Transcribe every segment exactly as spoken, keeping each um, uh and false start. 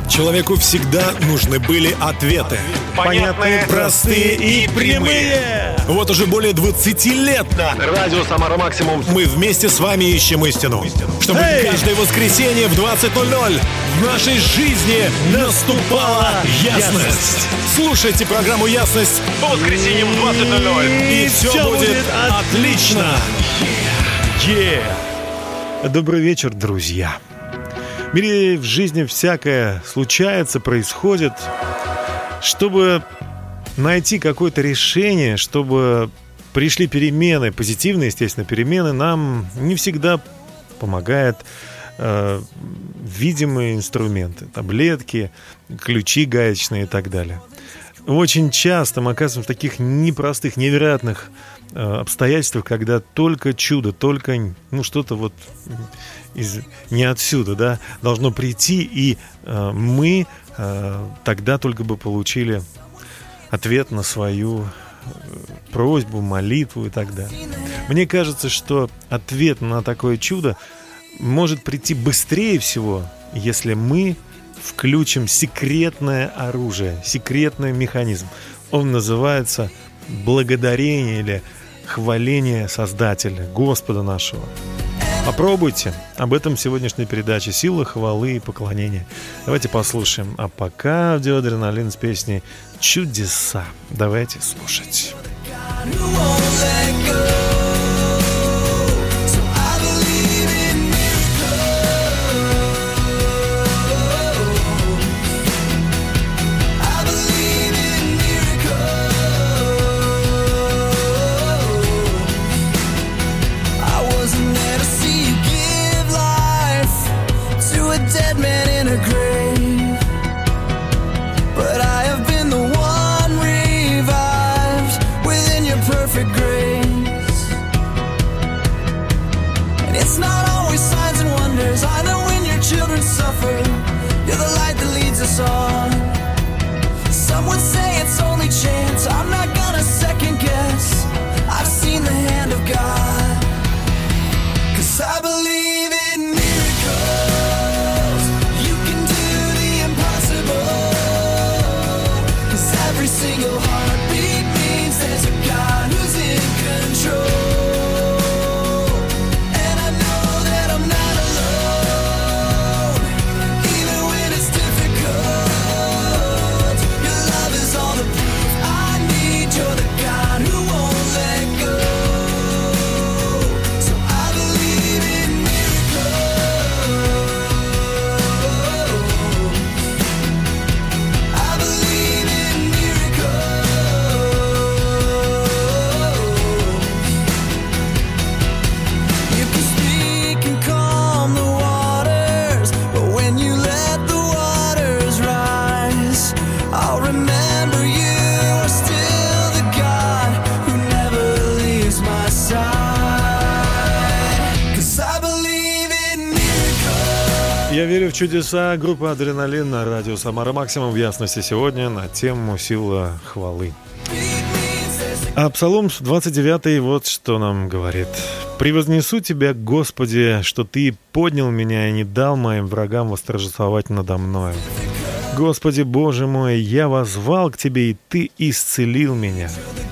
Человеку всегда нужны были ответы. Понятные, простые и прямые. Вот уже более двадцати лет Да. Радио «Самара Максимум». мы вместе с вами ищем истину. Чтобы Эй! каждое воскресенье в двадцать ноль ноль в нашей жизни наступала ясность. Слушайте программу «Ясность», По воскресеньям в двадцать ноль ноль. и все будет отлично. Yeah. Добрый вечер, друзья. В мире, в жизни всякое случается, происходит. Чтобы найти какое-то решение, чтобы пришли перемены, позитивные, естественно, перемены, нам не всегда помогает э, видимые инструменты, таблетки, ключи гаечные и так далее. Очень часто мы оказываемся в таких непростых, невероятных э, обстоятельствах, когда только чудо, только ну, что-то вот из, не отсюда, да, должно прийти, и э, мы э, тогда только бы получили ответ на свою э, просьбу, молитву и так далее. Мне кажется, что ответ на такое чудо может прийти быстрее всего, если мы включим секретное оружие, секретный механизм. Он называется благодарение или хваление Создателя, Господа нашего. Попробуйте. Об этом сегодняшней передаче «Сила, хвалы и поклонения». Давайте послушаем. А пока аудиоадреналин с песней «Чудеса». Давайте слушать. Я верю в чудеса. Группа «Адреналин» на радио «Самара Максимум» в Ясности сегодня на тему «Сила хвалы». А Псалом двадцать девятый вот что нам говорит. «Превознесу Тебя, Господи, что Ты поднял меня и не дал моим врагам восторжествовать надо мною. Господи, Боже мой, я воззвал к Тебе, и Ты исцелил меня».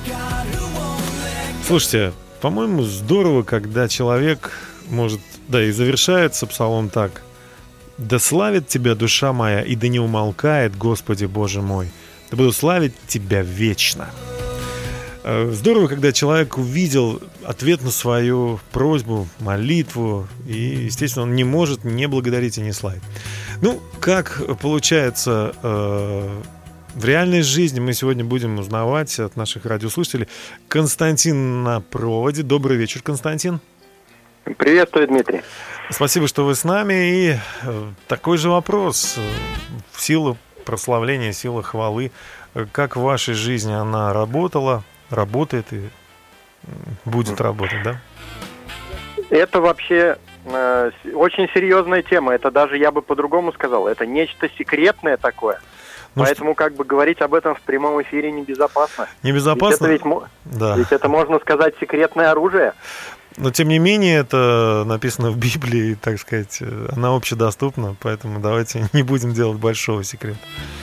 Слушайте, по-моему, здорово, когда человек может... Да, и завершается Псалом так. «Да славит Тебя душа моя, и да не умолкает, Господи Боже мой, да буду славить Тебя вечно». Здорово, когда человек увидел ответ на свою просьбу, молитву, и, естественно, он не может не благодарить и не славить. Ну, как получается э, в реальной жизни, мы сегодня будем узнавать от наших радиослушателей. Константин на проводе. Добрый вечер, Константин. Приветствую, Дмитрий. Спасибо, что вы с нами. И такой же вопрос. Сила прославления, сила хвалы. Как в вашей жизни она работала, работает и будет работать, да? Это вообще э, очень серьезная тема. Это даже, я бы по-другому сказал, это нечто секретное такое. Ну, поэтому что... как бы говорить об этом в прямом эфире небезопасно. Небезопасно? Ведь это, ведь, да. ведь это, можно сказать, секретное оружие. Но, тем не менее, это написано в Библии, так сказать, она общедоступна, поэтому давайте не будем делать большого секрета.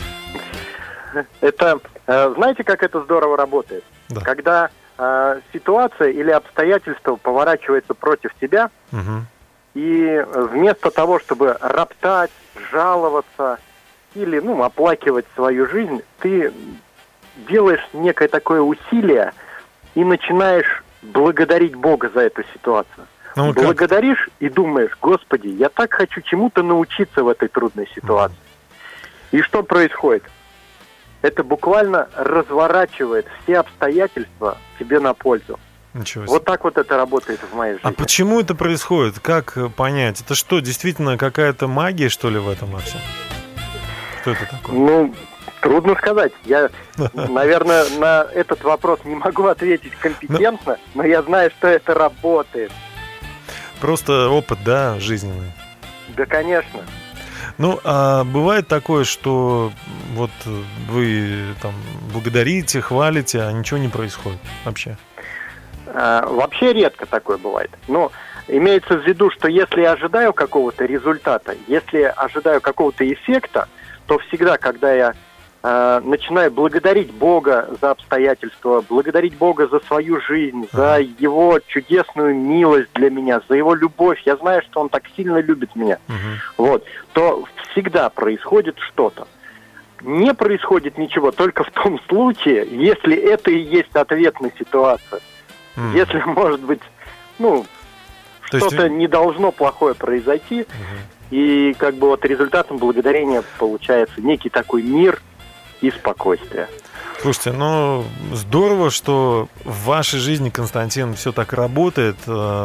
Это, знаете, как это здорово работает? Да. Когда э, ситуация или обстоятельства поворачиваются против тебя, угу. и вместо того, чтобы роптать, жаловаться или, ну, оплакивать свою жизнь, ты делаешь некое такое усилие и начинаешь благодарить Бога за эту ситуацию. Ну, Благодаришь как? И думаешь: Господи, я так хочу чему-то научиться в этой трудной ситуации. Mm. И что происходит? Это буквально разворачивает все обстоятельства тебе на пользу. Ничего себе. Вот так вот это работает в моей жизни. А почему это происходит? Как понять? Это что, действительно какая-то магия, что ли, в этом во всем? Что это такое? Ну, трудно сказать. Я, наверное, на этот вопрос не могу ответить компетентно, но я знаю, что это работает. Просто опыт, да, жизненный? Да, конечно. Ну, а бывает такое, что вот вы там благодарите, хвалите, а ничего не происходит вообще? А, вообще редко такое бывает. Но имеется в виду, что если я ожидаю какого-то результата, если ожидаю какого-то эффекта, то всегда, когда я э, начинаю благодарить Бога за обстоятельства, благодарить Бога за свою жизнь, за Его чудесную милость для меня, за Его любовь, я знаю, что Он так сильно любит меня, uh-huh. вот, то всегда происходит что-то. Не происходит ничего только в том случае, если это и есть ответ на ситуацию. Uh-huh. Если, может быть, ну, то что-то есть... не должно плохое произойти, uh-huh. и как бы вот результатом благодарения получается некий такой мир и спокойствие. Слушайте, ну здорово, что в вашей жизни, Константин, все так работает.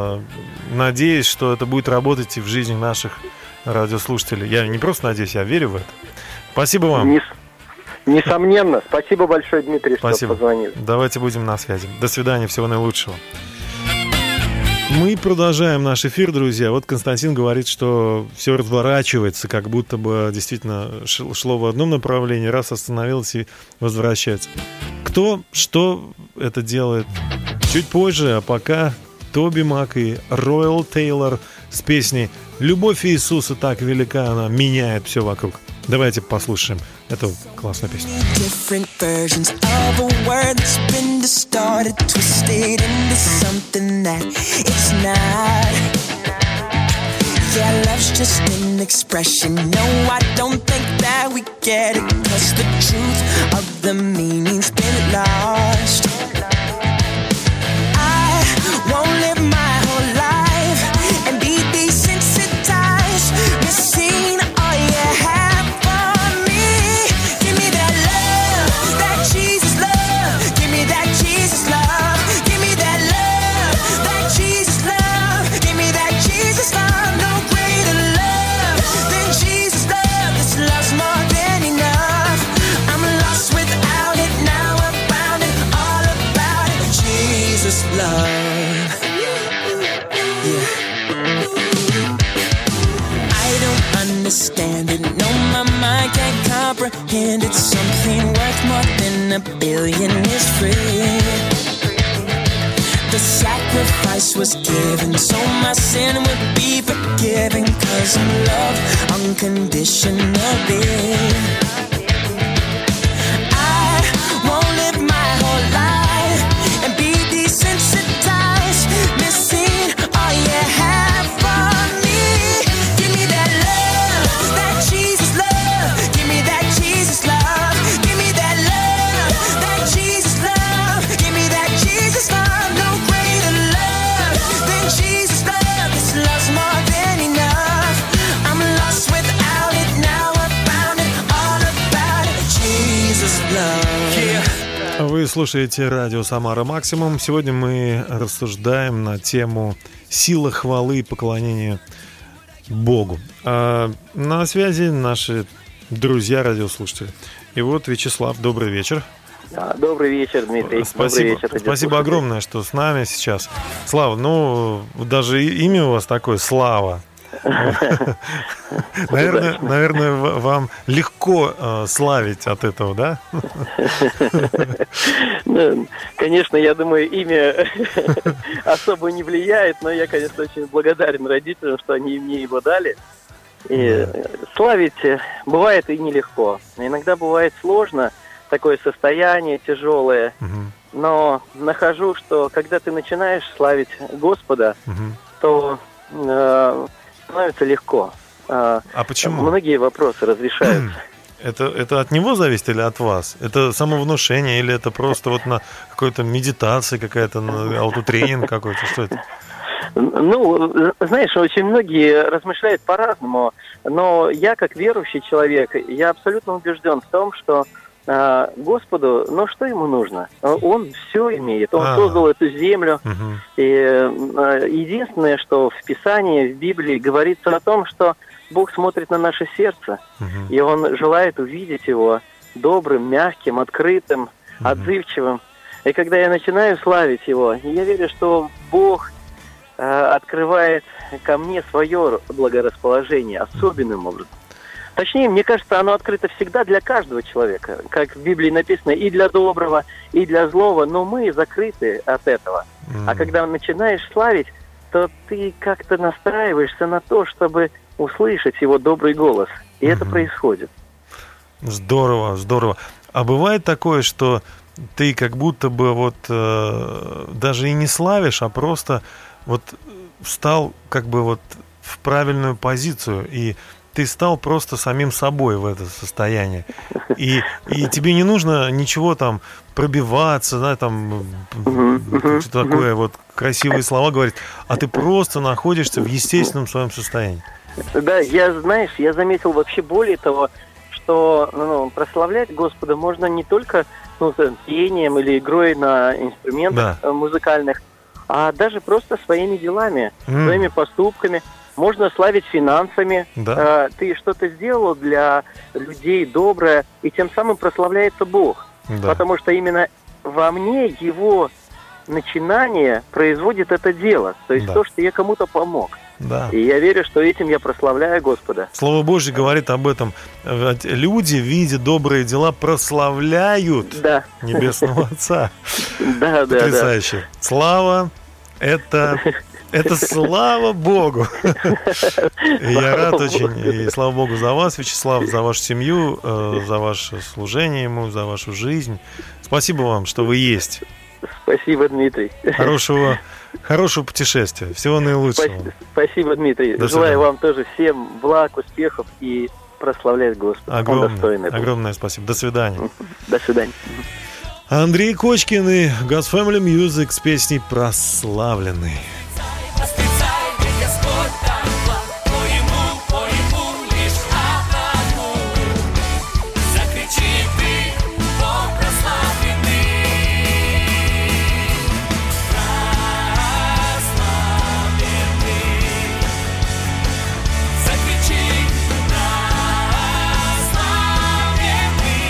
Надеюсь, что это будет работать и в жизни наших радиослушателей. Я не просто надеюсь, я верю в это. Спасибо вам. Нес... Несомненно. Спасибо большое, Дмитрий, Спасибо. что позвонили. Давайте будем на связи. До свидания, всего наилучшего. Мы продолжаем наш эфир, друзья. Вот Константин говорит, что все разворачивается, как будто бы действительно шло в одном направлении, раз остановилось и возвращается. Кто, что это делает? Чуть позже, а пока Тоби Мак и Ройл Тейлор с песней «Любовь Иисуса так велика, она меняет все вокруг». Давайте послушаем эту классную песню. Yeah, love's just an expression. No, I don't think that we get it, 'cause the truth of the meaning's been lost. I won't live my whole life and be desensitized, missing all you have for me. Give me that love, that Jesus love. Give me that Jesus love. Give me that love, that Jesus love. Give me that Jesus love. Love, yeah. I don't understand it, no, my mind can't comprehend it. Something worth more than a billion is free. The sacrifice was given so my sin would be forgiven, 'cause I'm loved unconditionally. I won't live my whole life and be desensitized, missing all you have for me. Give me that love, that Jesus love. Give me that Jesus love. Give me that love, that Jesus love. Give me that Jesus love. No greater love than Jesus love. This love's more than enough. I'm lost without it, now I found it, all about it. Jesus love. Yeah. Вы слушаете радио «Самара Максимум». Сегодня мы рассуждаем на тему сила хвалы и поклонения Богу. А на связи наши друзья-радиослушатели. И вот Вячеслав, добрый вечер. Добрый вечер, Дмитрий. Спасибо, добрый вечер, спасибо огромное, что с нами сейчас. Слава, ну, даже имя у вас такое, Слава. Наверное, наверное, в- вам легко э, славить от этого, да? Ну, конечно, я думаю, имя особо не влияет, но я, конечно, очень благодарен родителям, что они мне его дали. И славить э, бывает и нелегко. Иногда бывает сложно, такое состояние тяжелое. Мгм, Но нахожу, что когда ты начинаешь славить Господа, мгм. то э, становится легко. Э, А почему? Многие вопросы разрешаются. Это, это от него зависит или от вас? Это самовнушение или это просто вот на какой-то медитации какая-то, на аутотренинг какой-то? Что это? Ну, знаешь, очень многие размышляют по-разному, но я, как верующий человек, я абсолютно убежден в том, что э, Господу, ну что ему нужно? Он все имеет, он А. создал эту землю. Мгм. И э, единственное, что в Писании, в Библии говорится о том, что Бог смотрит на наше сердце, Мгм. и Он желает увидеть его добрым, мягким, открытым, отзывчивым. И когда я начинаю славить Его, я верю, что Бог э, открывает ко мне свое благорасположение особенным образом. Точнее, мне кажется, оно открыто всегда для каждого человека. Как в Библии написано, и для доброго, и для злого, но мы закрыты от этого. А когда начинаешь славить, то ты как-то настраиваешься на то, чтобы услышать его добрый голос. И это происходит. Здорово, здорово. А бывает такое, что ты как будто бы вот э, даже и не славишь, а просто вот встал как бы вот в правильную позицию, и ты стал просто самим собой в это состояние. И, и тебе не нужно ничего там пробиваться, да, там что-то такое, вот красивые слова говорить, а ты просто находишься в естественном своем состоянии. Да, я, знаешь, я заметил вообще более того, что ну, прославлять Господа можно не только ну, пением или игрой на инструментах Да. э, музыкальных, а даже просто своими делами, М. своими поступками. Можно славить финансами. Да. Э, ты что-то сделал для людей доброе, и тем самым прославляется Бог. Да. Потому что именно во мне его начинание производит это дело. То есть Да. то, что я кому-то помог. Да. И я верю, что этим я прославляю Господа. Слово Божье говорит об этом. Ведь люди, видя добрые дела, прославляют Да, Небесного Отца. да, да, да. Потрясающе. Слава, это, это слава Богу. И я рад очень. И слава Богу за вас, Вячеслав, за вашу семью, э, за ваше служение Ему, за вашу жизнь. Спасибо вам, что вы есть. Спасибо, Дмитрий. Хорошего, хорошего путешествия. Всего наилучшего. Спасибо, спасибо, Дмитрий. До Желаю свидания. вам тоже всем благ, успехов и прославлять Господа. Он достоин Огромное, этого. огромное спасибо. До свидания. До свидания. Андрей Кочкин и God's Family Music с песней «Прославленный». Восклицай, ведь Господь так благ, по Ему, по Ему лишь одному. Закричи ты, Бог прославленный. Прославленный. Закричи, прославленный.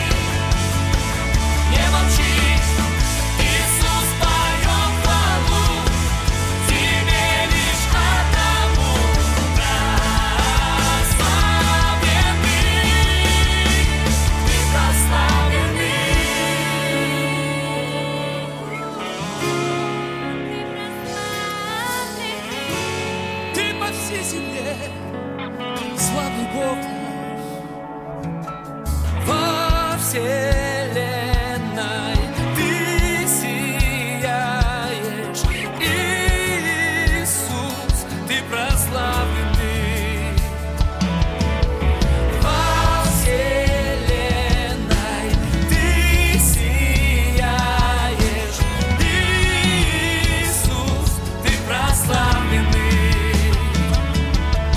Не молчи, Иисус поет хвалу. Тебе лишь одному прославленный, ты прославленный. Ты по всей земле славный Бог во вселенной. Ты сияешь, Иисус, ты прославленный. Во вселенной ты сияешь, Иисус, ты прославленный.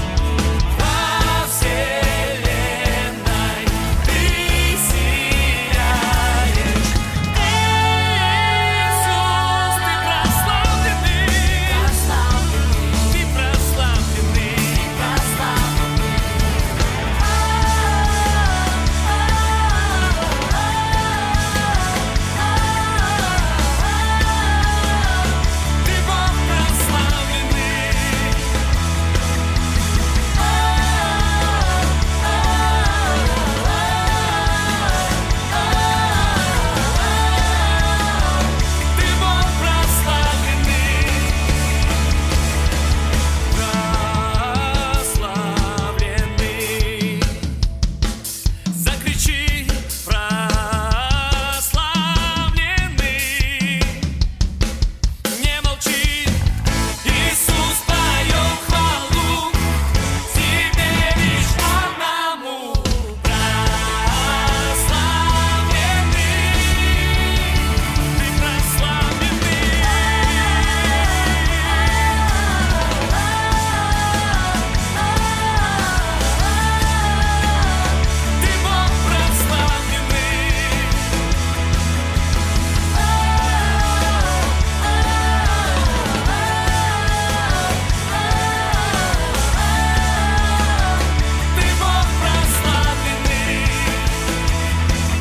Во вселенной ты сияешь,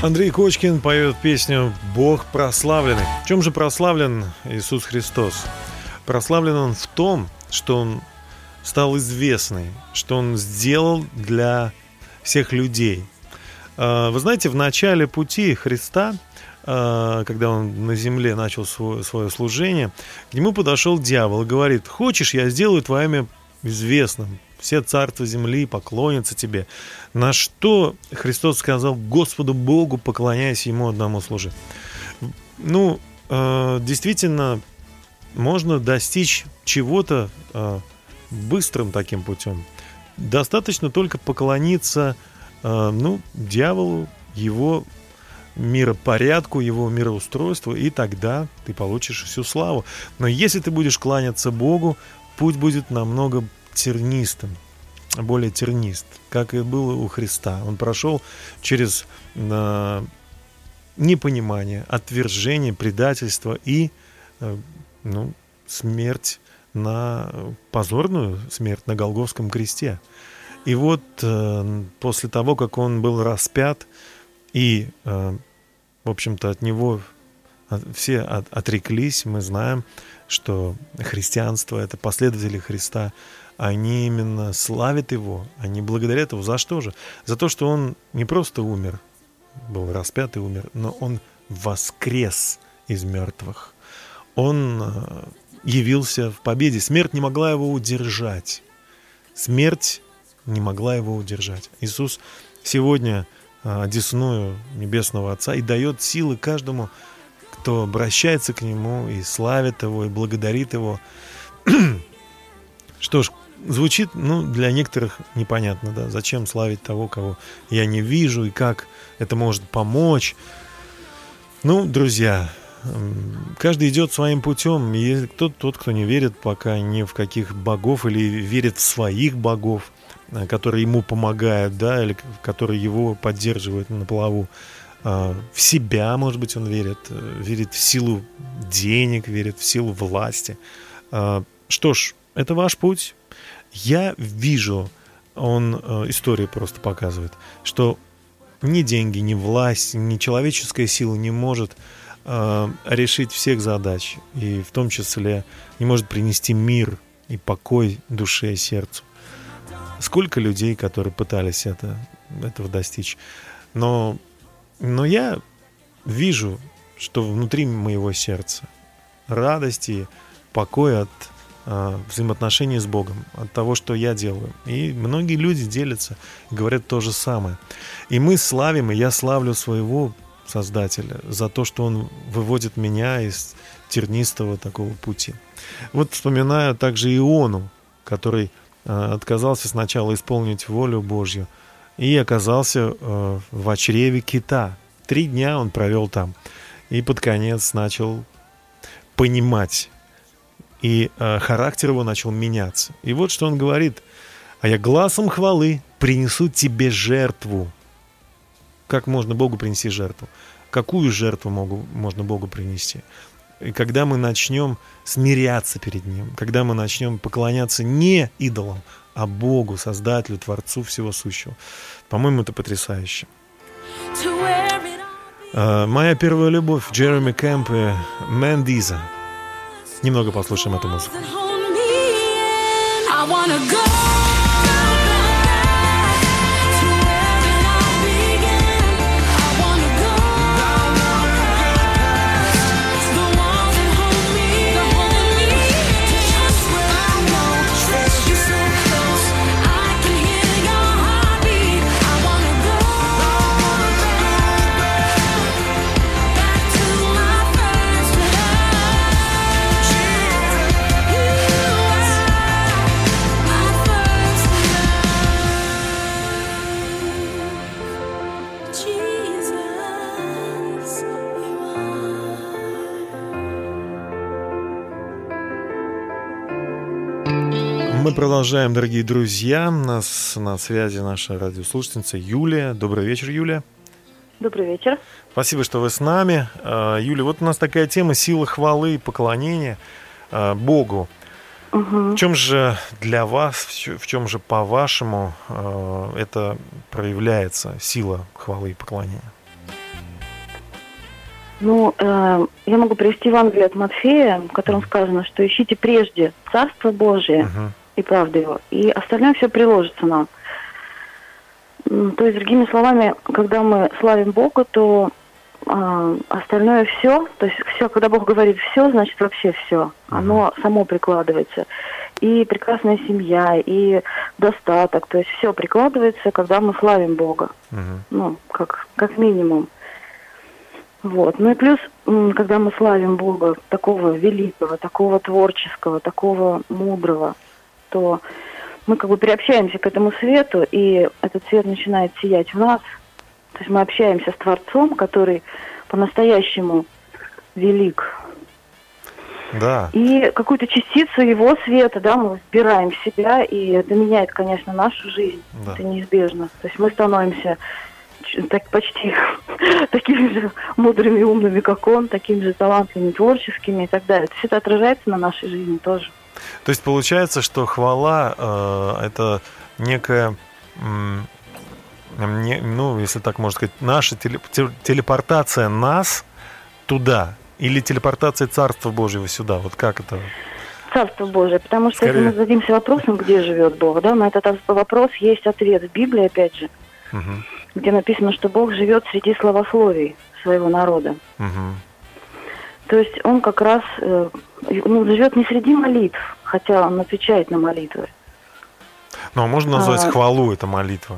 Андрей Кочкин поет песню «Бог прославленный». В чем же прославлен Иисус Христос? Прославлен Он в том, что Он стал известный, что Он сделал для всех людей. Вы знаете, в начале пути Христа, когда Он на земле начал свое, свое служение, к Нему подошел дьявол и говорит: «Хочешь, я сделаю твое имя известным, все царства земли поклонятся тебе». На что Христос сказал: «Господу Богу поклоняйся, Ему одному служи». Ну, э, действительно, можно достичь чего-то э, быстрым таким путем. Достаточно только поклониться э, ну, дьяволу, его миропорядку, его мироустройству, и тогда ты получишь всю славу. Но если ты будешь кланяться Богу, путь будет намного тернистым, более тернист, как и было у Христа. Он прошел через э, непонимание, отвержение, предательство и э, ну, смерть, на позорную смерть на Голгофском кресте. И вот э, после того, как он был распят, и, э, в общем-то, от него все от, отреклись, мы знаем, что христианство — это последователи Христа, они именно славят Его, они благодарят Его. За что же? За то, что Он не просто умер, был распят и умер, но Он воскрес из мертвых. Он явился в победе. Смерть не могла Его удержать. Смерть не могла Его удержать. Иисус сегодня одесную Небесного Отца и дает силы каждому, кто обращается к Нему и славит Его, и благодарит Его. Что ж, звучит, ну, для некоторых непонятно, да, зачем славить того, кого я не вижу, и как это может помочь. Ну, друзья, каждый идет своим путем, и тот, тот, кто не верит пока ни в каких богов, или верит в своих богов, которые ему помогают, да, или которые его поддерживают на плаву, в себя, может быть, он верит, верит в силу денег, верит в силу власти. Что ж, это ваш путь. Я вижу, он, история просто показывает, что ни деньги, ни власть, ни человеческая сила не может решить всех задач, и в том числе не может принести мир и покой душе и сердцу. Сколько людей, которые пытались это, этого достичь. Но, но я вижу, что внутри моего сердца радость и покой от э, взаимоотношений с Богом, от того, что я делаю. И многие люди делятся, говорят то же самое. И мы славим, и я славлю своего Создателя за то, что Он выводит меня из тернистого такого пути. Вот вспоминаю также Иону, который отказался сначала исполнить волю Божью и оказался э, в чреве кита. Три дня он провел там и под конец начал понимать, и э, характер его начал меняться. И вот что он говорит: «А я гласом хвалы принесу тебе жертву». Как можно Богу принести жертву? Какую жертву могу, можно Богу принести? И когда мы начнем смиряться перед Ним, когда мы начнем поклоняться не идолам, а Богу, Создателю, Творцу всего сущего. По-моему, это потрясающе. Uh, моя первая любовь, Джереми Кэмп и Мэн Диза. Немного послушаем эту музыку. Мы продолжаем, дорогие друзья. У нас на связи наша радиослушательница Юлия. Добрый вечер, Юлия. Добрый вечер. Спасибо, что вы с нами. Юлия, вот у нас такая тема — сила хвалы и поклонения Богу. Угу. В чем же для вас, в чем же, по-вашему, это проявляется, сила хвалы и поклонения? Ну, э, я могу привести Евангелие от Матфея, в котором сказано, что ищите прежде Царство Божие Мгм. и правду Его, и остальное все приложится нам. М, То есть, другими словами, когда мы славим Бога, то а, остальное все, то есть все, когда Бог говорит все, значит вообще все, оно само прикладывается. И прекрасная семья, и достаток, то есть все прикладывается, когда мы славим Бога, Мгм. ну, как, как минимум. Вот. Ну и плюс, м, когда мы славим Бога, такого великого, такого творческого, такого мудрого, то мы как бы приобщаемся к этому свету, и этот свет начинает сиять в нас. То есть мы общаемся с Творцом, который по-настоящему велик. Да. И какую-то частицу его света, да, мы вбираем в себя, и это меняет, конечно, нашу жизнь. Да. Это неизбежно. То есть мы становимся ч- так, почти такими же мудрыми и умными, как он, такими же талантливыми, творческими и так далее. То есть это отражается на нашей жизни тоже. То есть получается, что хвала э, это некая, м, не- ну, если так можно сказать, наша теле- те- телепортация нас туда или телепортация Царства Божьего сюда. Вот как это? Царство Божие. Потому что Скорее. если мы зададимся вопросом, где живет Бог, да, на этот вопрос есть ответ в Библии, опять же, Мгм. где написано, что Бог живет среди славословий своего народа. Мгм. То есть он как раз э, ну, живет не среди молитв, хотя он отвечает на молитвы. Ну, а можно назвать А. хвалу это молитва?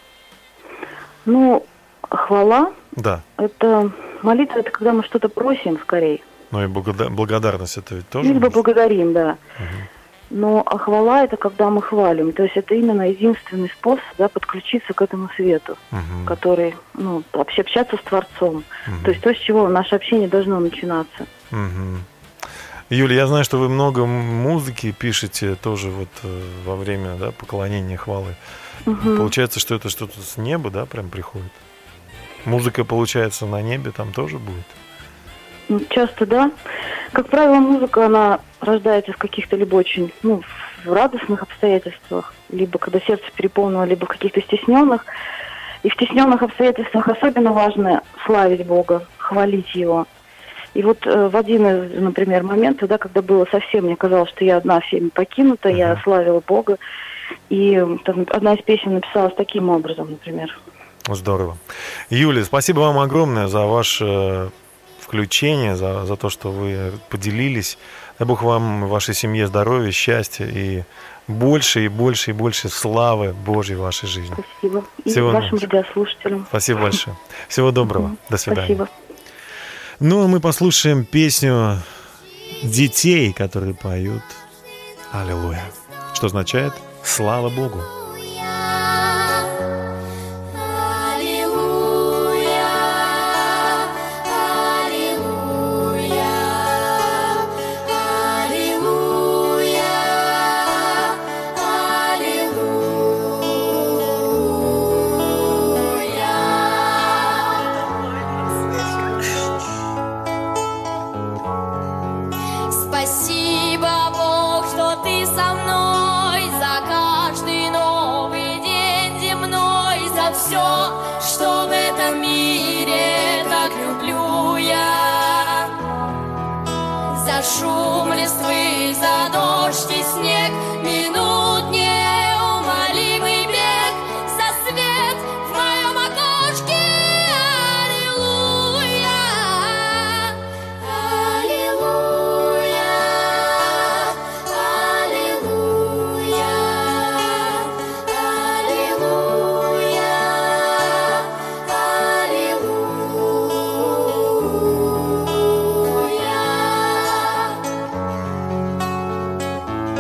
Ну, хвала Да. – это молитва, это когда мы что-то просим скорее. Ну и благодар- благодарность это ведь тоже. Либо может? благодарим, да. Но а хвала – это когда мы хвалим. То есть это именно единственный способ, да, подключиться к этому свету, Мгм. который, ну, вообще общаться с Творцом. Мгм. То есть то, с чего наше общение должно начинаться. Мгм. Юля, я знаю, что вы много м- музыки пишете тоже вот э, во время, да, поклонения хвалы. Мгм. Получается, что это что-то с неба, да, прям приходит? Музыка, получается, на небе там тоже будет? Ну, часто, да. Как правило, музыка, она рождается в каких-то либо очень, ну, в радостных обстоятельствах, либо когда сердце переполнено, либо в каких-то стесненных. И в стесненных обстоятельствах особенно важно славить Бога, хвалить Его. И вот э, в один из, например, моментов, да, когда было совсем, мне казалось, что я одна всеми покинута, я славила Бога. И э, там одна из песен написалась таким образом, например. Здорово. Юля, спасибо вам огромное за ваше включение, за, за то, что вы поделились. Дай Бог вам и вашей семье здоровья, счастья и больше, и больше, и больше славы Божьей в вашей жизни. Спасибо. И Всего вашим наилучшего. радиослушателям. Спасибо большое. Всего доброго. До свидания. Спасибо. Ну, а мы послушаем песню детей, которые поют «Аллилуйя», что означает «Слава Богу». Спасибо, Бог, что ты со мной за каждый новый день земной, за все, что в этом мире так люблю я. За шум листвы, за дождь и снег, минут неумолимый бег, за свет в моем окошке. Аллилуйя, аллилуйя, аллилуйя, аллилуйя, аллилуйя.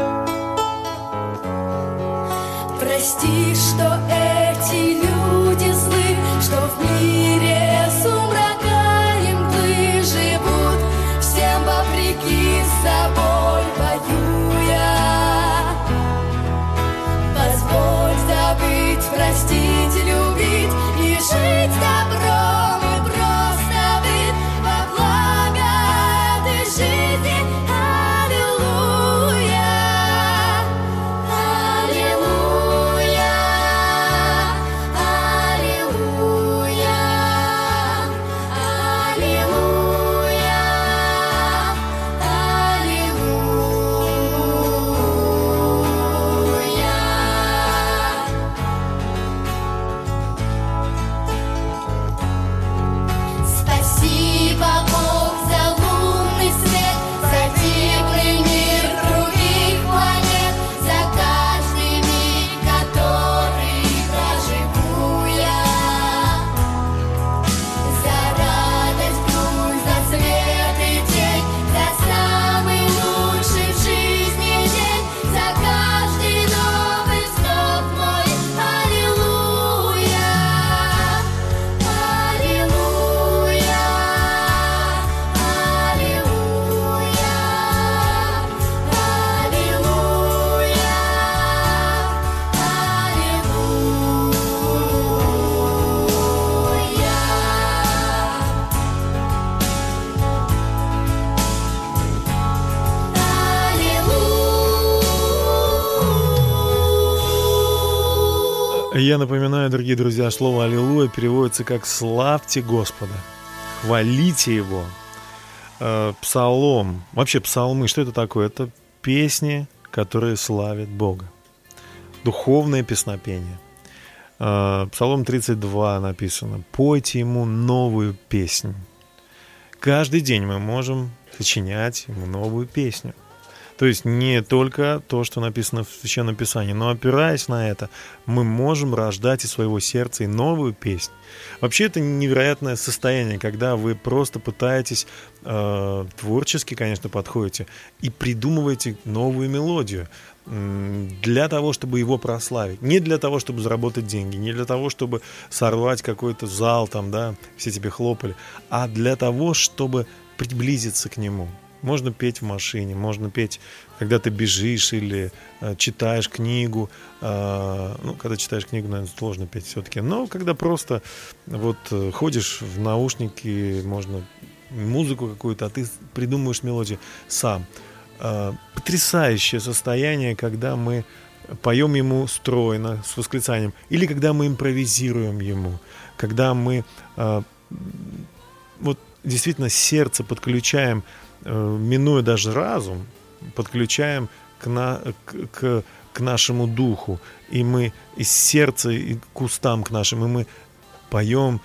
Я напоминаю, дорогие друзья, слово «аллилуйя» переводится как «славьте Господа», «хвалите Его». Э, Псалом, вообще псалмы, что это такое? Это песни, которые славят Бога. Духовное песнопение. Э, Псалом тридцать два написано: «Пойте Ему новую песнь». Каждый день мы можем сочинять Ему новую песню. То есть не только то, что написано в Священном Писании, но опираясь на это, мы можем рождать из своего сердца и новую песнь. Вообще это невероятное состояние, когда вы просто пытаетесь, э, творчески, конечно, подходите и придумываете новую мелодию для того, чтобы его прославить. Не для того, чтобы заработать деньги, не для того, чтобы сорвать какой-то зал, там, да, все тебе хлопали, а для того, чтобы приблизиться к нему. Можно петь в машине, можно петь, когда ты бежишь или э, читаешь книгу. Э, ну, когда читаешь книгу, наверное, сложно петь все-таки. Но когда просто вот э, ходишь в наушники, можно музыку какую-то, а ты придумываешь мелодию сам. Э, потрясающее состояние, когда мы поем ему стройно, с восклицанием, или когда мы импровизируем ему, когда мы э, вот действительно сердце подключаем, минуя даже разум, подключаем к, на, к, к, к нашему духу, и мы из сердца и к устам к нашим, и мы поем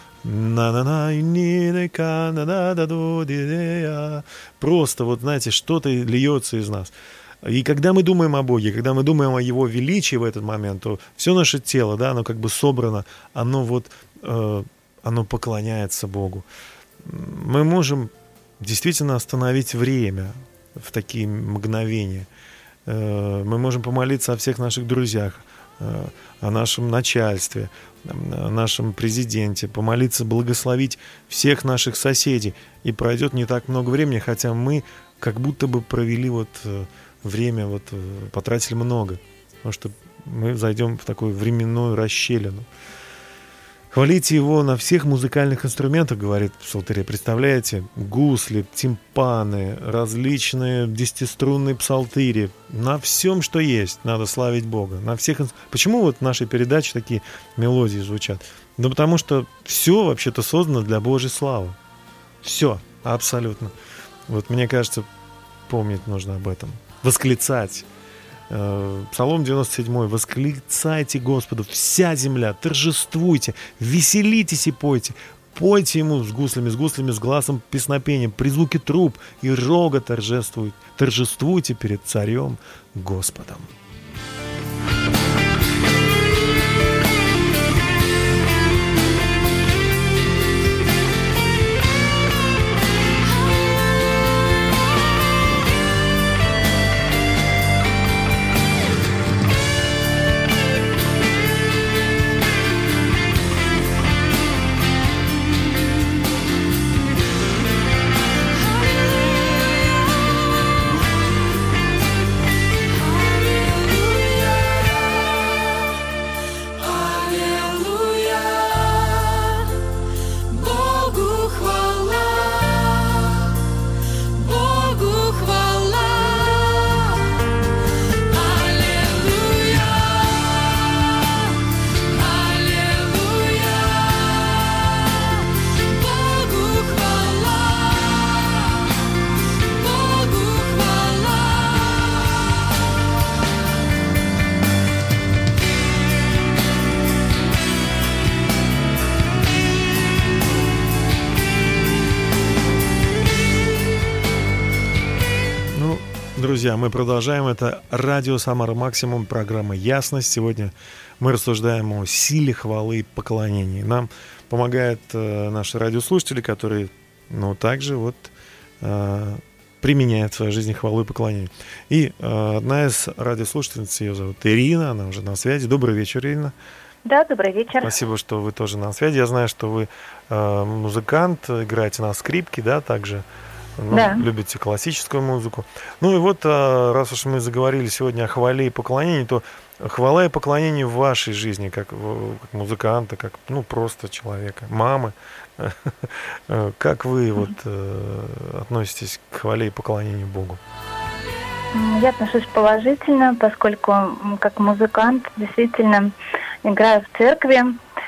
просто, вот знаете, что-то льется из нас. И когда мы думаем о Боге, когда мы думаем о Его величии в этот момент, то все наше тело, да, оно как бы собрано, оно вот, э, оно поклоняется Богу. Мы можем действительно остановить время в такие мгновения. Мы можем помолиться о всех наших друзьях, о нашем начальстве, о нашем президенте, помолиться, благословить всех наших соседей. И пройдет не так много времени, хотя мы как будто бы провели вот время, вот, потратили много, потому что мы зайдем в такую временную расщелину. Хвалите Его на всех музыкальных инструментах, говорит псалтерия. Представляете? Гусли, тимпаны, различные десятиструнные псалтыри. На всем, что есть, надо славить Бога. На всех... Почему вот в нашей передаче такие мелодии звучат? Да потому что все вообще-то создано для Божьей славы. Все, абсолютно. Вот мне кажется, помнить нужно об этом. Восклицать. Псалом девяносто седьмой. «Восклицайте Господу, вся земля, торжествуйте, веселитесь и пойте, пойте Ему с гуслями, с гуслями, с гласом песнопением, при звуке труб и рога торжествуйте, торжествуйте перед Царем Господом». Друзья, мы продолжаем. Это радио «Самара Максимум», программа «Ясность». Сегодня мы рассуждаем о силе хвалы и поклонения. Нам помогают э, наши радиослушатели, которые, ну, также вот э, применяют в своей жизни хвалу и поклонение. И э, одна из радиослушательниц, ее зовут Ирина, она уже на связи. Добрый вечер, Ирина. Да, добрый вечер. Спасибо, что вы тоже на связи. Я знаю, что вы э, музыкант, играете на скрипке, да, также. Ну, да. Любите классическую музыку. Ну и вот, раз уж мы заговорили сегодня о хвале и поклонении, то хвала и поклонение в вашей жизни, как, как музыканта, как, ну, просто человека, мамы. Как вы вот относитесь к хвале и поклонению Богу? Я отношусь положительно, поскольку как музыкант действительно играю в церкви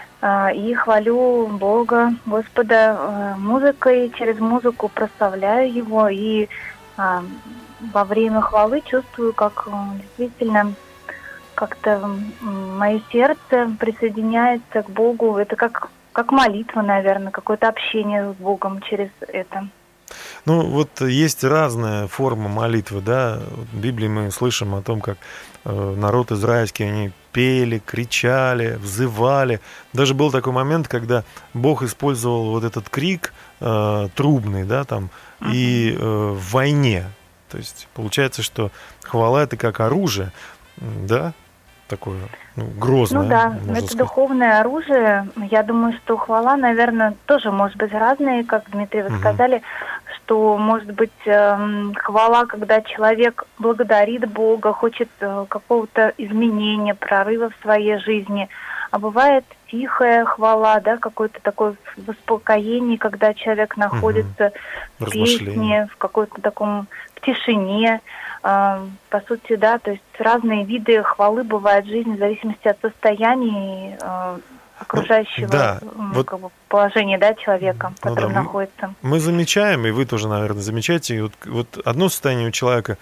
э, и хвалю Бога, Господа э, музыкой, через музыку прославляю Его, и э, во время хвалы чувствую, как э, действительно как-то э, мое сердце присоединяется к Богу. Это как, как молитва, наверное, какое-то общение с Богом через это. Ну, вот есть разная форма молитвы, да. В Библии мы слышим о том, как э, народ израильский, они пели, кричали, взывали. Даже был такой момент, когда Бог использовал вот этот крик э, трубный, да, там, uh-huh. и э, в войне. То есть получается, что хвала — это как оружие, да, такое, ну, грозное. Ну да, это сказать. Духовное оружие. Я думаю, что хвала, наверное, тоже может быть разная, как Дмитрий, вы uh-huh. сказали, что может быть э, хвала, когда человек благодарит Бога, хочет э, какого-то изменения, прорыва в своей жизни. А бывает тихая хвала, да, какое-то такое успокоение, когда человек находится угу. в песне, в какой-то таком в тишине. Э, по сути, да, то есть разные виды хвалы бывают в жизни в зависимости от состояния э, окружающего да, ну, вот, как бы положения, да, человека, в ну котором да, находится. Мы замечаем, и вы тоже, наверное, замечаете, вот, вот одно состояние у человека,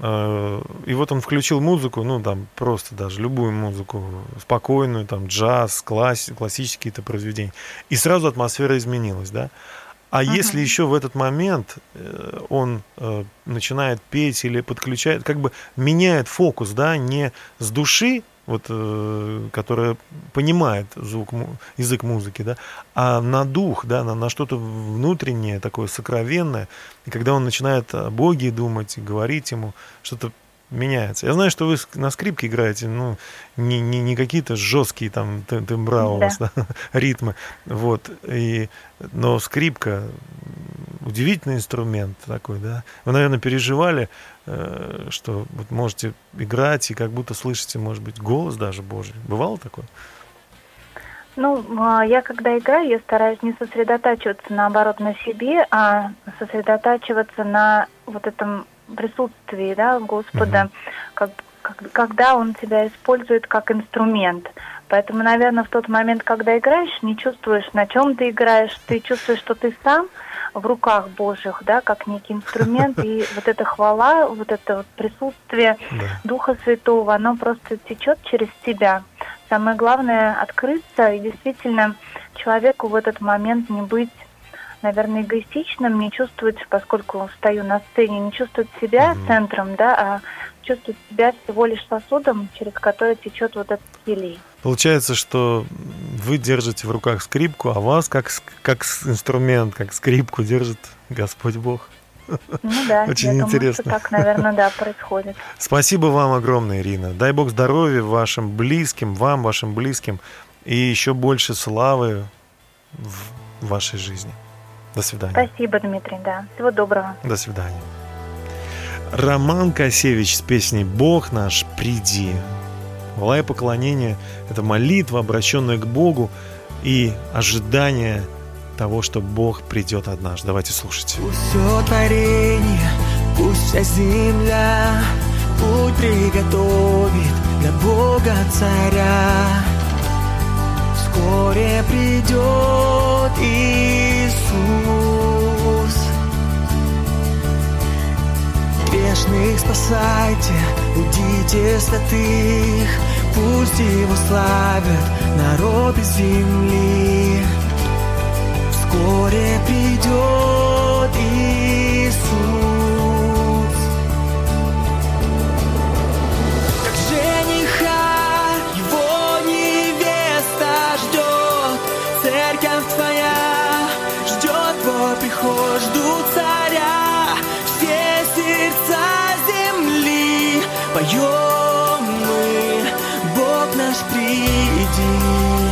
э, и вот он включил музыку, ну, там, просто даже любую музыку, спокойную, там, джаз, класс, классические какие-то произведения, и сразу атмосфера изменилась, да? А uh-huh. если еще в этот момент э, он э, начинает петь или подключает, как бы меняет фокус, да, не с души, вот, э, которая понимает звук, язык музыки, да, а на дух, да, на, на что-то внутреннее, такое сокровенное. И когда он начинает о Боге думать, говорить ему, что-то меняется. Я знаю, что вы на скрипке играете, ну, не, не, не какие-то жесткие там тембра у вас, да, ритмы, вот, и, но скрипка удивительный инструмент такой, да. Вы, наверное, переживали, э, что вот можете играть и как будто слышите, может быть, голос даже Божий. Бывало такое? Ну, я когда играю, я стараюсь не сосредотачиваться, наоборот, на себе, а сосредотачиваться на вот этом присутствии, да, Господа, uh-huh. как, как, когда Он тебя использует как инструмент. Поэтому, наверное, в тот момент, когда играешь, не чувствуешь, на чем ты играешь, ты чувствуешь, что ты сам в руках Божьих, да, как некий инструмент, и вот эта хвала, вот это вот присутствие Духа Святого, оно просто течет через тебя. Самое главное — открыться и действительно человеку в этот момент не быть, наверное, эгоистичным, не чувствовать, поскольку стою на сцене, не чувствовать себя mm-hmm. центром, да, а чувствовать себя всего лишь сосудом, через который течет вот этот елей. Получается, что вы держите в руках скрипку, а вас как, как инструмент, как скрипку держит Господь Бог. Ну да, очень я интересно. Думаю, что так, наверное, да, происходит. Спасибо вам огромное, Ирина. Дай Бог здоровья вашим близким, вам, вашим близким, и еще больше славы в вашей жизни. До свидания. Спасибо, Дмитрий, да. Всего доброго. До свидания. Роман Косевич с песней «Бог наш, приди». Хвала и поклонение – это молитва, обращенная к Богу, и ожидание того, что Бог придет однажды. Давайте слушать. Пусть все творение, пусть вся земля путь приготовит для Бога Царя. Вскоре придет Иисус. Грешных спасайте, будите святых, пусть Его славят народы земли. Вскоре придет Иисус. Как жениха Его невеста ждет, церковь Твоя ждет Твой приход, ждут Царя все сердца земли. Поем мы, Бог наш, приди,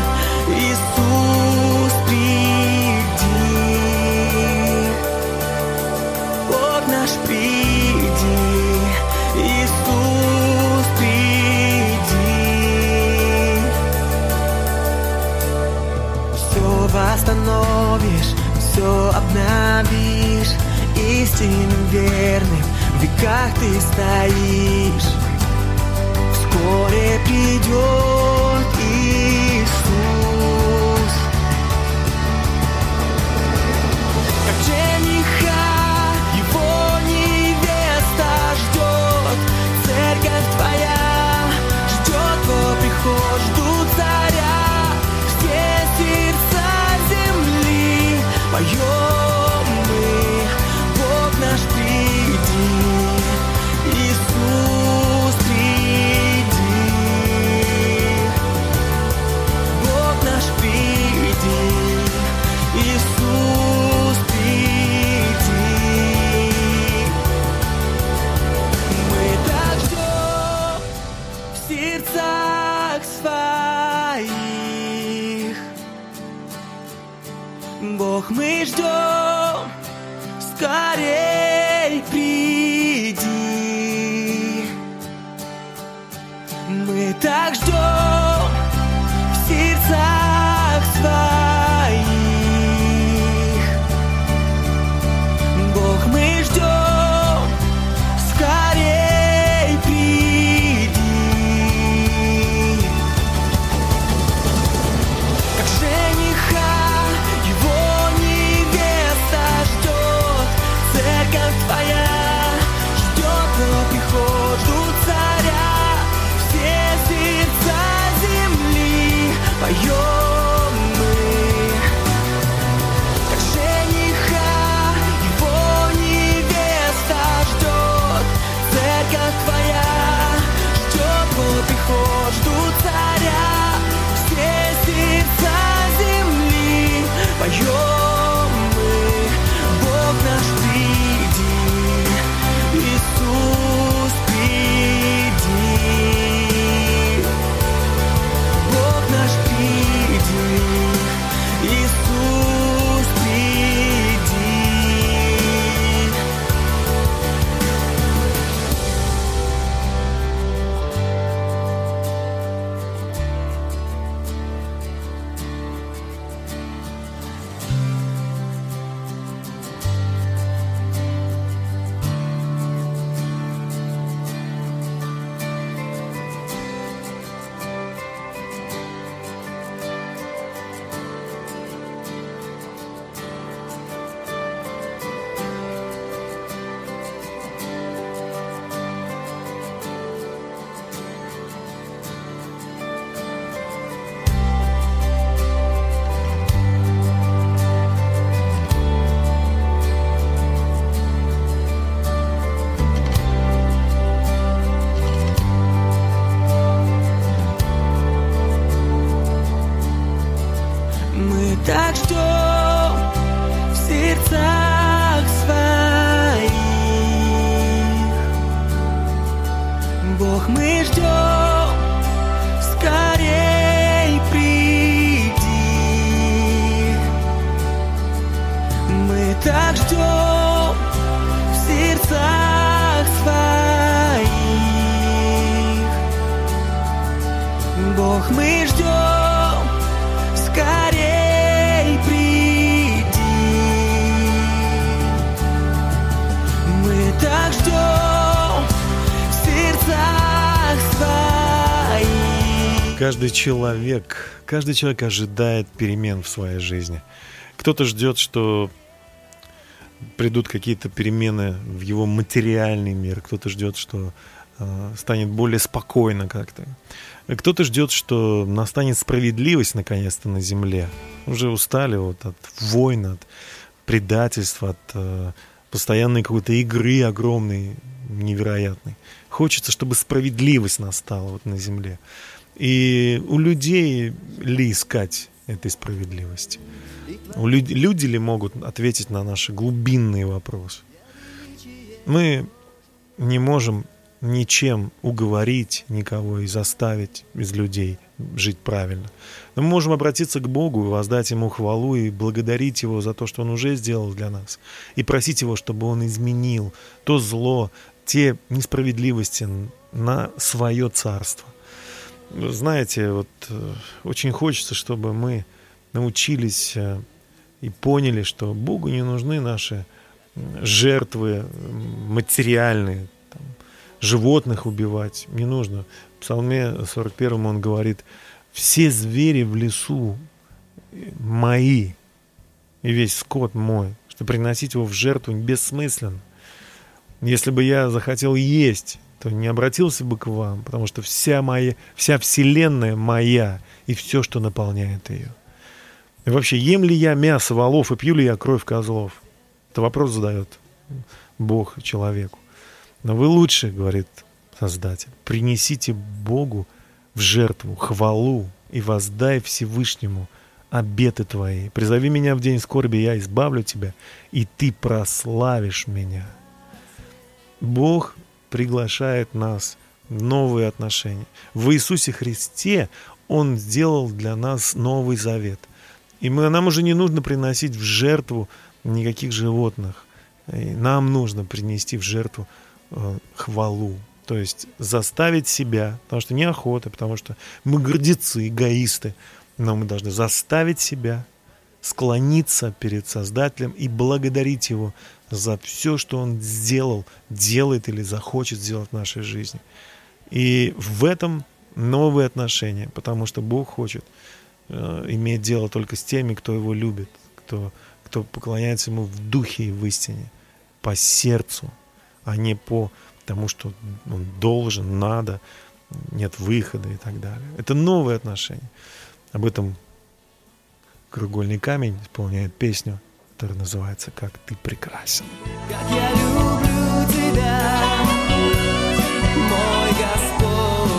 Иисус, приди, Бог наш, приди, Иисус, приди. Все восстановишь, все обновишь, истинным верным в веках ты стоишь. Вскоре придет и Иисус. Как жениха его невеста ждет, церковь твоя ждет твой приход, ждут царя все сердца земли. Поем мы, Бог наш, приди, Иисус, приди, Бог наш, приди, Иисус, приди. Мы так ждем в сердцах своих, Бог, мы ждем, скорей приди. Мы так ждем в сердцах своих, Бог, мы ждем, скорей приди. Как жениха его невеста ждет, церковь твоя ждет твой приход, ждут царя все сердца земли. Поем мы, как жениха его невеста ждет, церковь твоя ждет твой приход, ждут царя все сердца земли. Поем мы, Бог наш, приди, Иисус, приди, Бог наш, приди, Иисус, приди. Мы так ждем в сердцах своих, Бог, мы ждем, скорей приди. Мы так ждем в сердцах своих, Бог, мы ждем, скорей приди. Мы так ждем в сердцах своих. Каждый человек, каждый человек ожидает перемен в своей жизни. Кто-то ждет, что придут какие-то перемены в его материальный мир, кто-то ждет, что э, станет более спокойно как-то. Кто-то ждет, что настанет справедливость наконец-то на земле. Уже устали вот от войн, от предательства, от э, постоянной какой-то игры огромной, невероятной. Хочется, чтобы справедливость настала вот на земле. И у людей ли искать этой справедливости? У люд... Люди ли могут ответить на наши глубинные вопросы? Мы не можем ничем уговорить никого и заставить из людей жить правильно. Но мы можем обратиться к Богу и воздать Ему хвалу и благодарить Его за то, что Он уже сделал для нас. И просить Его, чтобы Он изменил то зло, те несправедливости на свое царство. Знаете, вот очень хочется, чтобы мы научились и поняли, что Богу не нужны наши жертвы материальные, там, животных убивать не нужно. В Псалме сорок первом он говорит: все звери в лесу мои, и весь скот мой, что приносить его в жертву бессмысленно. Если бы я захотел есть, то не обратился бы к вам, потому что вся моя, вся вселенная моя, и все, что наполняет ее. И вообще, ем ли я мясо волов и пью ли я кровь козлов? Это вопрос задает Бог человеку. Но вы лучше, говорит Создатель, принесите Богу в жертву хвалу и воздай Всевышнему обеты твои. Призови меня в день скорби, я избавлю тебя, и ты прославишь меня. Бог приглашает нас в новые отношения. В Иисусе Христе Он сделал для нас Новый Завет. И мы, нам уже не нужно приносить в жертву никаких животных. И нам нужно принести в жертву э, хвалу. То есть заставить себя, потому что неохота, потому что мы гордецы, эгоисты, но мы должны заставить себя склониться перед Создателем и благодарить Его за все, что Он сделал, делает или захочет сделать в нашей жизни. И в этом новые отношения, потому что Бог хочет э, иметь дело только с теми, кто Его любит, кто, кто поклоняется Ему в духе и в истине, по сердцу, а не по тому, что Он должен, надо, нет выхода и так далее. Это новые отношения. Об этом «Краеугольный камень» исполняет песню, которая называется «Как ты прекрасен». Как я люблю тебя, мой Господь.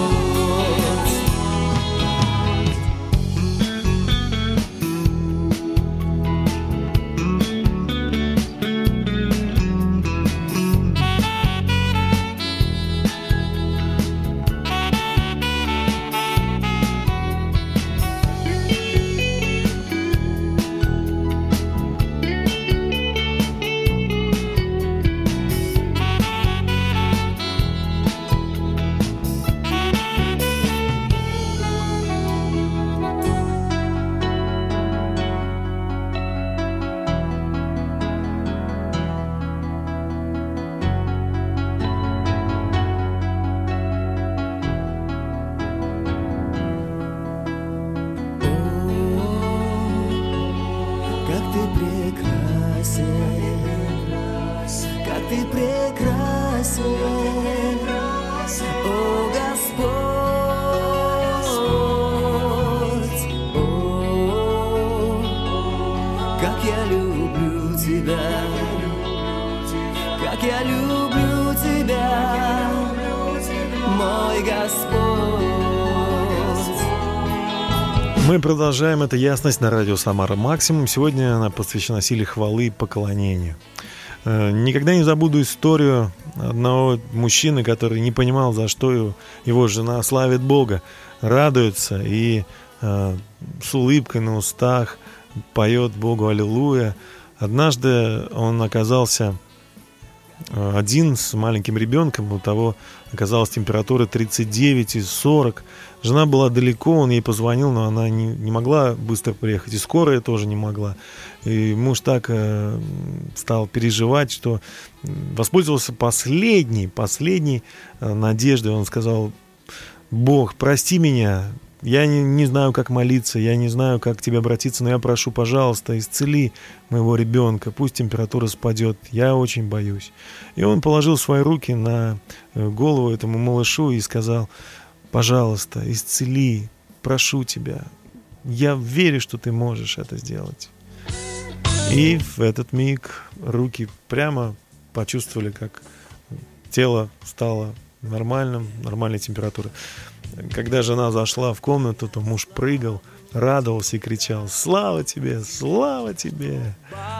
Мы продолжаем эту ясность на радио «Самара Максимум». Сегодня она посвящена силе хвалы и поклонению. Никогда не забуду историю одного мужчины, который не понимал, за что его жена славит Бога, радуется и э, с улыбкой на устах поет Богу «Аллилуйя». Однажды он оказался один с маленьким ребенком, у того оказалась температура тридцать девять и сорок. Жена была далеко, он ей позвонил, но она не, не могла быстро приехать, и скорая тоже не могла. И муж так э, стал переживать, что воспользовался последней, последней э, надеждой. Он сказал: Бог, прости меня, я не, не знаю, как молиться, я не знаю, как к тебе обратиться, но я прошу, пожалуйста, исцели моего ребенка, пусть температура спадет, я очень боюсь. И он положил свои руки на голову этому малышу и сказал: пожалуйста, исцели, прошу тебя, я верю, что ты можешь это сделать. И в этот миг руки прямо почувствовали, как тело стало нормальным, нормальной температуры. Когда жена зашла в комнату, то муж прыгал, радовался и кричал: слава тебе, слава тебе.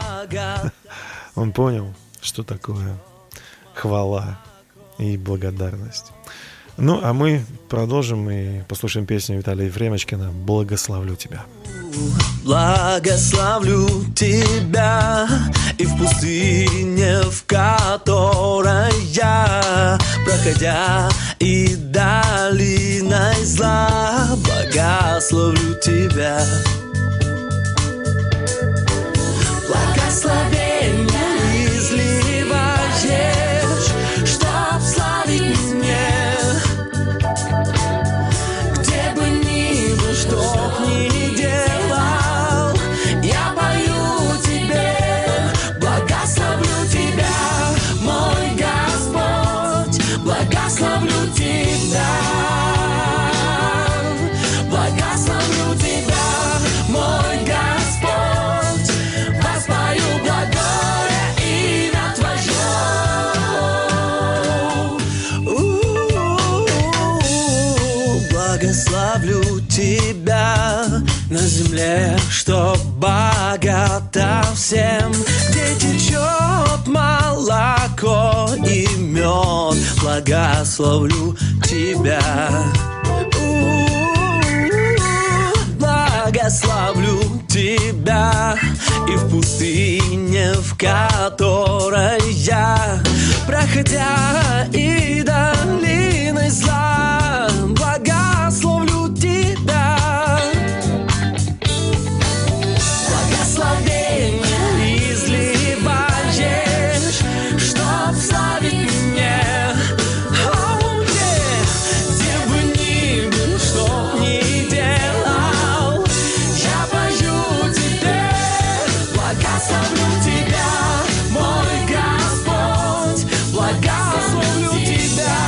Он понял, что такое хвала и благодарность. Ну, а мы продолжим и послушаем песню Виталия Ефремочкина «Благословлю тебя». Благословлю тебя и в пустыне, в которой я, проходя и долиной зла, благословлю тебя. Благословение изливаешь, чтоб славить мне, где бы ни был, богата всем, где течет молоко и мед. Благословлю тебя. Благословлю тебя и в пустыне, в которой я, проходя и долиной зла, благословлю тебя. Благословение изливаешь, чтоб славить меня. Oh, yeah. Где бы ни был, что ни делал, я пою тебе, благословлю тебя, мой Господь, благословлю тебя,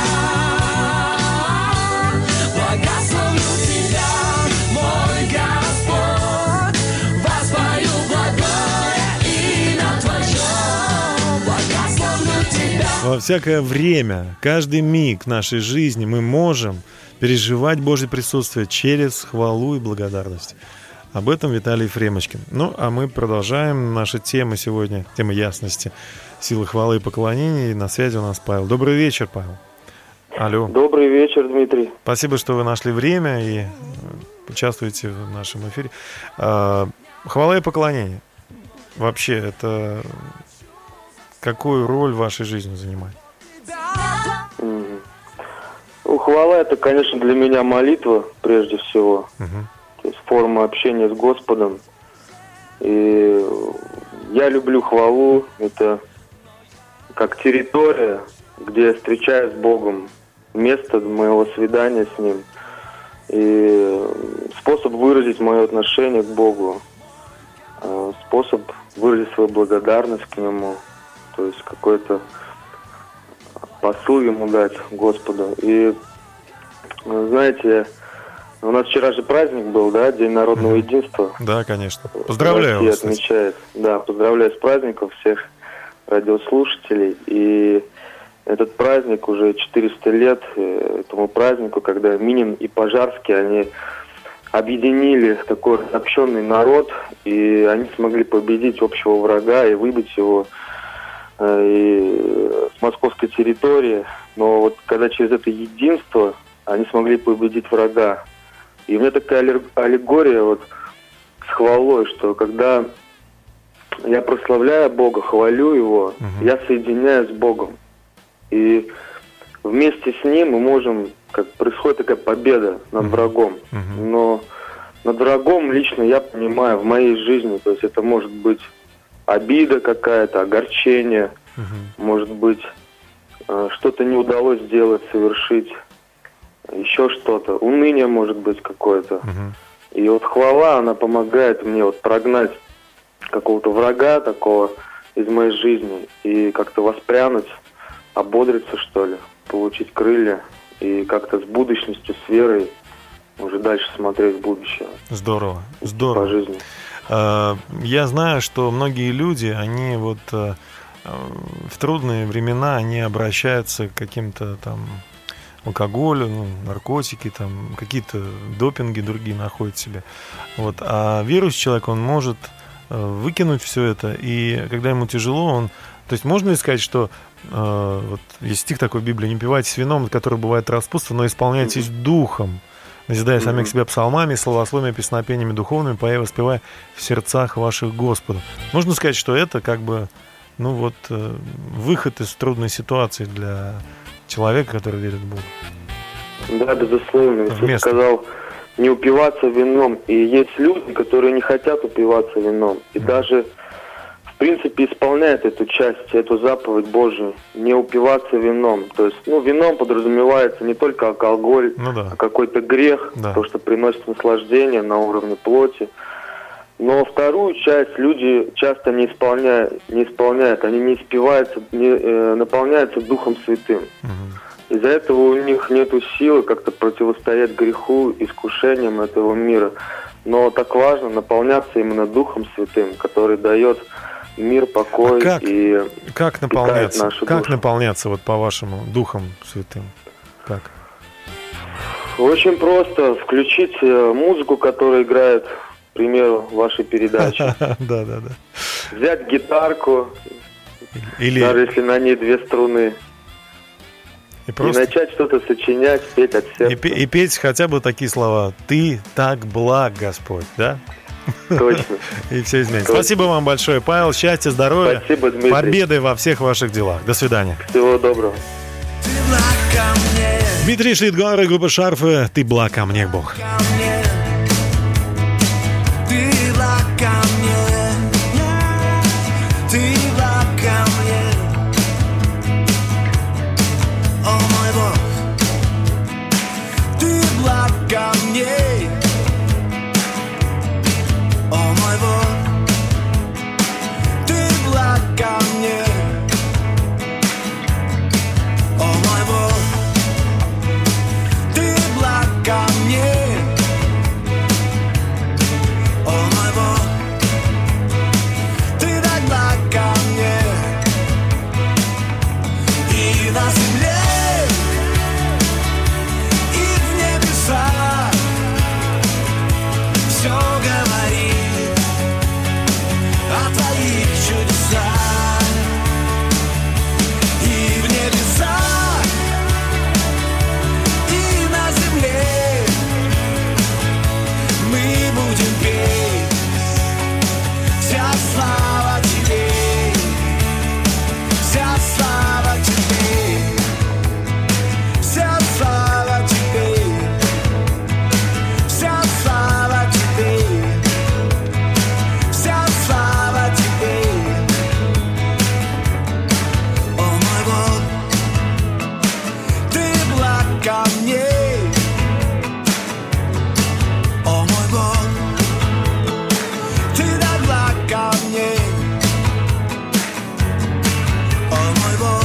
благословлю тебя, мой Господь, воспою благое имя Твое, благословлю тебя. Во всякое время, каждый миг нашей жизни мы можем переживать Божье присутствие через хвалу и благодарность. Об этом Виталий Фремочкин. Ну, а мы продолжаем. Наша тема сегодня, тема ясности, силы хвалы и поклонения. И на связи у нас Павел. Добрый вечер, Павел. Алло. Добрый вечер, Дмитрий. Спасибо, что вы нашли время и участвуете в нашем эфире. А, хвала и поклонение. Вообще, это какую роль в вашей жизни занимает? Мгм. Ну, хвала — это, конечно, для меня молитва, прежде всего. Мгм. То есть форма общения с Господом. И я люблю хвалу. Это как территория, где я встречаюсь с Богом. Место моего свидания с Ним. И способ выразить мое отношение к Богу. э, Способ выразить свою благодарность к Нему. То есть какой-то посыл Ему дать Господу. И, э, знаете, у нас вчера же праздник был, да, День народного единства. Да, конечно. Поздравляю Россия вас. кстати. отмечает. Да, поздравляю с праздником всех радиослушателей. И этот праздник уже четыреста лет э, этому празднику, когда Минин и Пожарский, они объединили такой общенный народ, и они смогли победить общего врага и выбить его э, и с московской территории. Но вот когда через это единство они смогли победить врага. И у меня такая аллер- аллегория вот с хвалой, что когда я прославляю Бога, хвалю Его, Мгм. я соединяюсь с Богом. И вместе с Ним мы можем, как происходит такая победа над Мгм. врагом. Мгм. Но над врагом лично я понимаю в моей жизни, то есть это может быть обида какая-то, огорчение, Мгм. может быть э, что-то не удалось сделать, совершить, еще что-то, уныние может быть какое-то. Мгм. И вот хвала, она помогает мне вот прогнать какого-то врага такого из моей жизни и как-то воспрянуть, ободриться, что ли, получить крылья и как-то с будущностью, с верой уже дальше смотреть в будущее Здорово, по здорово. жизни. А, Я знаю, что многие люди, они вот э, э, в трудные времена, они обращаются к каким-то там алкоголю, ну, наркотики, там какие-то допинги другие находят себе. Вот. А верующий человек, он может э, выкинуть все это, и когда ему тяжело, он... То есть можно сказать, что э, вот есть стих такой в Библии: «Не упивайтесь вином, от которого бывает распутство, но исполняйтесь духом, назидая самих себя псалмами, словословиями, песнопениями духовными, поя и воспевая в сердцах ваших Господу». Можно сказать, что это как бы, ну вот, э, выход из трудной ситуации для человека, который верит в Бога. Да, безусловно. Иисус Вместо. сказал не упиваться вином. И есть люди, которые не хотят упиваться вином. И даже, в принципе, исполняют эту часть, эту заповедь Божию. Не упиваться вином. То есть, ну, вином подразумевается не только алкоголь, Ну да. а какой-то грех, Да. то, что приносит наслаждение на уровне плоти. Но вторую часть люди часто не исполняют, не исполняют, они не испиваются, не э, наполняются Духом Святым. Мгм. Из-за этого у них нет силы как-то противостоять греху, искушениям этого мира. Но так важно наполняться именно Духом Святым, который дает мир, покой А как? и Как питает наполняться? нашу Как душу. наполняться, вот по-вашему, Духом Святым? Как? Очень просто включить э, музыку, которая играет к примеру, вашей передачи. Да, да, да. Взять гитарку, Или даже если на ней две струны, и и просто начать что-то сочинять, петь от и, сердца. пе- и петь хотя бы такие слова: «Ты так благ, Господь», да? Точно. И все изменится. Точно. Спасибо вам большое, Павел. Счастья, здоровья. Спасибо, Дмитрий. Победы во всех ваших делах. До свидания. Всего доброго. Дмитрий Шлитгар и группа Шарфы. Ты благ ко мне, Бог. Ты благ ко мне, ты благ ко мне, о мой Бог, ты благ ко мне, о мой Бог, ты благ ко мне, о мой Бог, ты благ ко мне. На земле и в небесах все говорит о твоих чудесах. И в небесах, и на земле мы будем петь. Вся слава тебе, вся слава тебе. Вся слава тебе, вся слава тебе, вся слава тебе, о мой Бог, ты благ ко мне, о мой Бог, ты так благ ко мне, о мой Бог.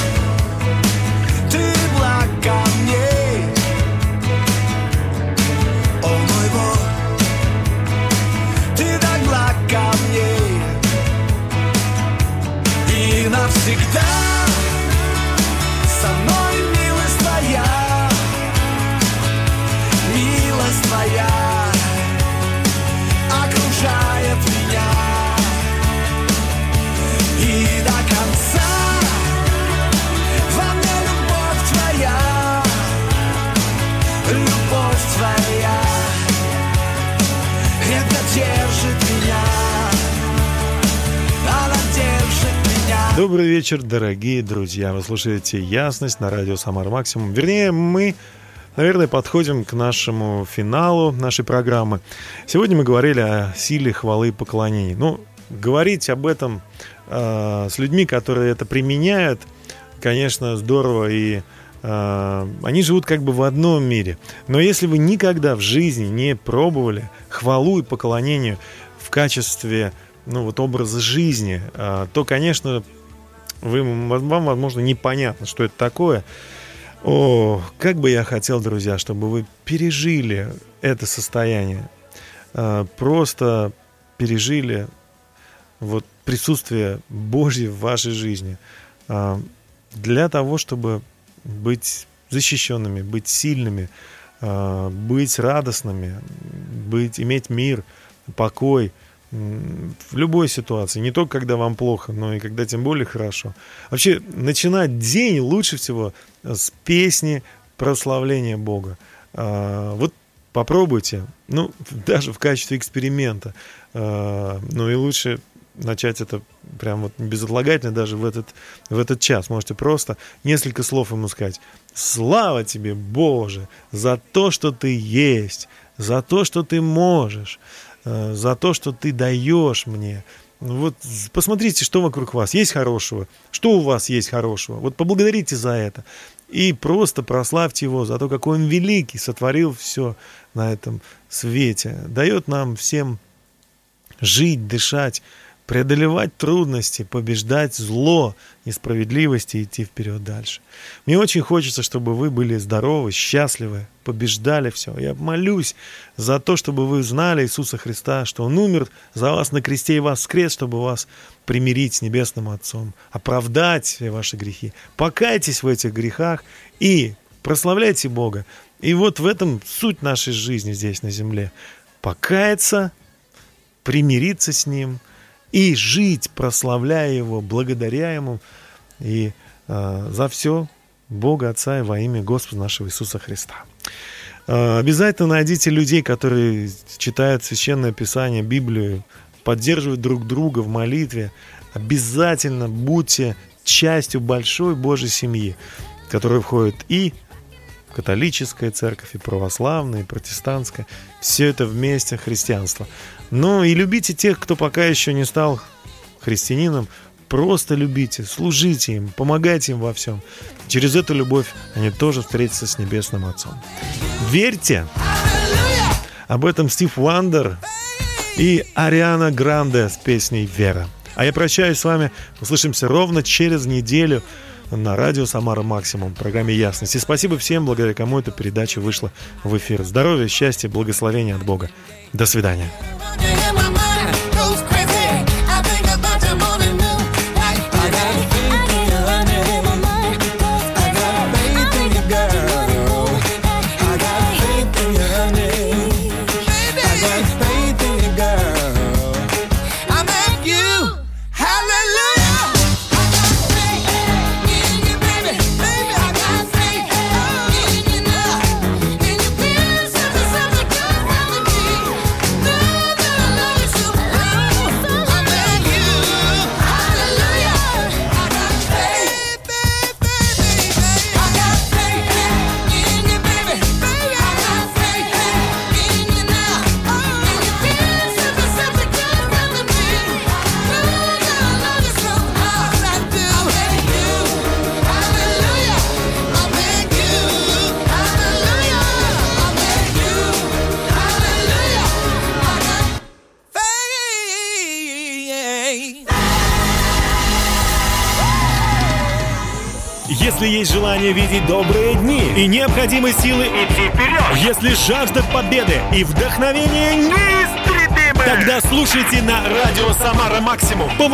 Ты благ ко мне, о мой Бог, ты так благ ко мне, и навсегда со мной милость твоя, милость твоя окружает меня, и до конца. Любовь твоя, это держит меня, она держит меня. Добрый вечер, дорогие друзья. Вы слушаете «Ясность» на радио «Самара Максимум». Вернее, мы, наверное, подходим к нашему финалу нашей программы. Сегодня мы говорили о силе хвалы и поклонений. Ну, говорить об этом э, с людьми, которые это применяют, конечно, здорово, и э, они живут как бы в одном мире. Но если вы никогда в жизни не пробовали хвалу и поклонение в качестве, ну, вот, образа жизни, э, то, конечно, вы, вам, возможно, непонятно, что это такое. О, как бы я хотел, друзья, чтобы вы пережили это состояние, э, просто пережили вот присутствие Божье в вашей жизни, э, для того, чтобы быть защищенными, быть сильными, э, быть радостными, быть, иметь мир, покой в любой ситуации, не только когда вам плохо, но и когда тем более хорошо. Вообще, начинать день лучше всего с песни прославления Бога. Вот попробуйте, ну, даже в качестве эксперимента. Ну и лучше начать это прям вот безотлагательно даже в этот, в этот час. Можете просто несколько слов ему сказать. Слава тебе, Боже, за то, что ты есть, за то, что ты можешь, за то, что ты даешь мне. Вот посмотрите, что вокруг вас есть хорошего, что у вас есть хорошего. Вот поблагодарите за это. И просто прославьте его за то, какой он великий, сотворил все на этом свете. Дает нам всем жить, дышать, преодолевать трудности, побеждать зло, несправедливость и идти вперед дальше. Мне очень хочется, чтобы вы были здоровы, счастливы, побеждали все. Я молюсь за то, чтобы вы знали Иисуса Христа, что Он умер за вас на кресте и вас воскрес, чтобы вас примирить с Небесным Отцом, оправдать все ваши грехи. Покайтесь в этих грехах и прославляйте Бога. И вот в этом суть нашей жизни здесь на земле. Покаяться примириться с Ним и жить, прославляя Его, благодаря Ему и э, за все Бога Отца и во имя Господа нашего Иисуса Христа. Э, обязательно найдите людей, которые читают Священное Писание, Библию, поддерживают друг друга в молитве. Обязательно будьте частью большой Божьей семьи, в которую входит и католическая церковь, и православная, и протестантская. Все это вместе христианство. Ну и любите тех, кто пока еще не стал христианином. Просто любите, служите им, помогайте им во всем. Через эту любовь они тоже встретятся с Небесным Отцом. Верьте! Об этом Стив Уандер и Ариана Гранде с песней «Вера». А я прощаюсь с вами. Услышимся ровно через неделю на радио «Самара Максимум» в программе «Ясность». И спасибо всем, благодаря кому эта передача вышла в эфир. Здоровья, счастья, благословения от Бога. До свидания. Если есть желание видеть добрые дни и необходимы силы идти вперед, если жажда победы и вдохновение неистребимы, тогда слушайте на радио «Самара Максимум».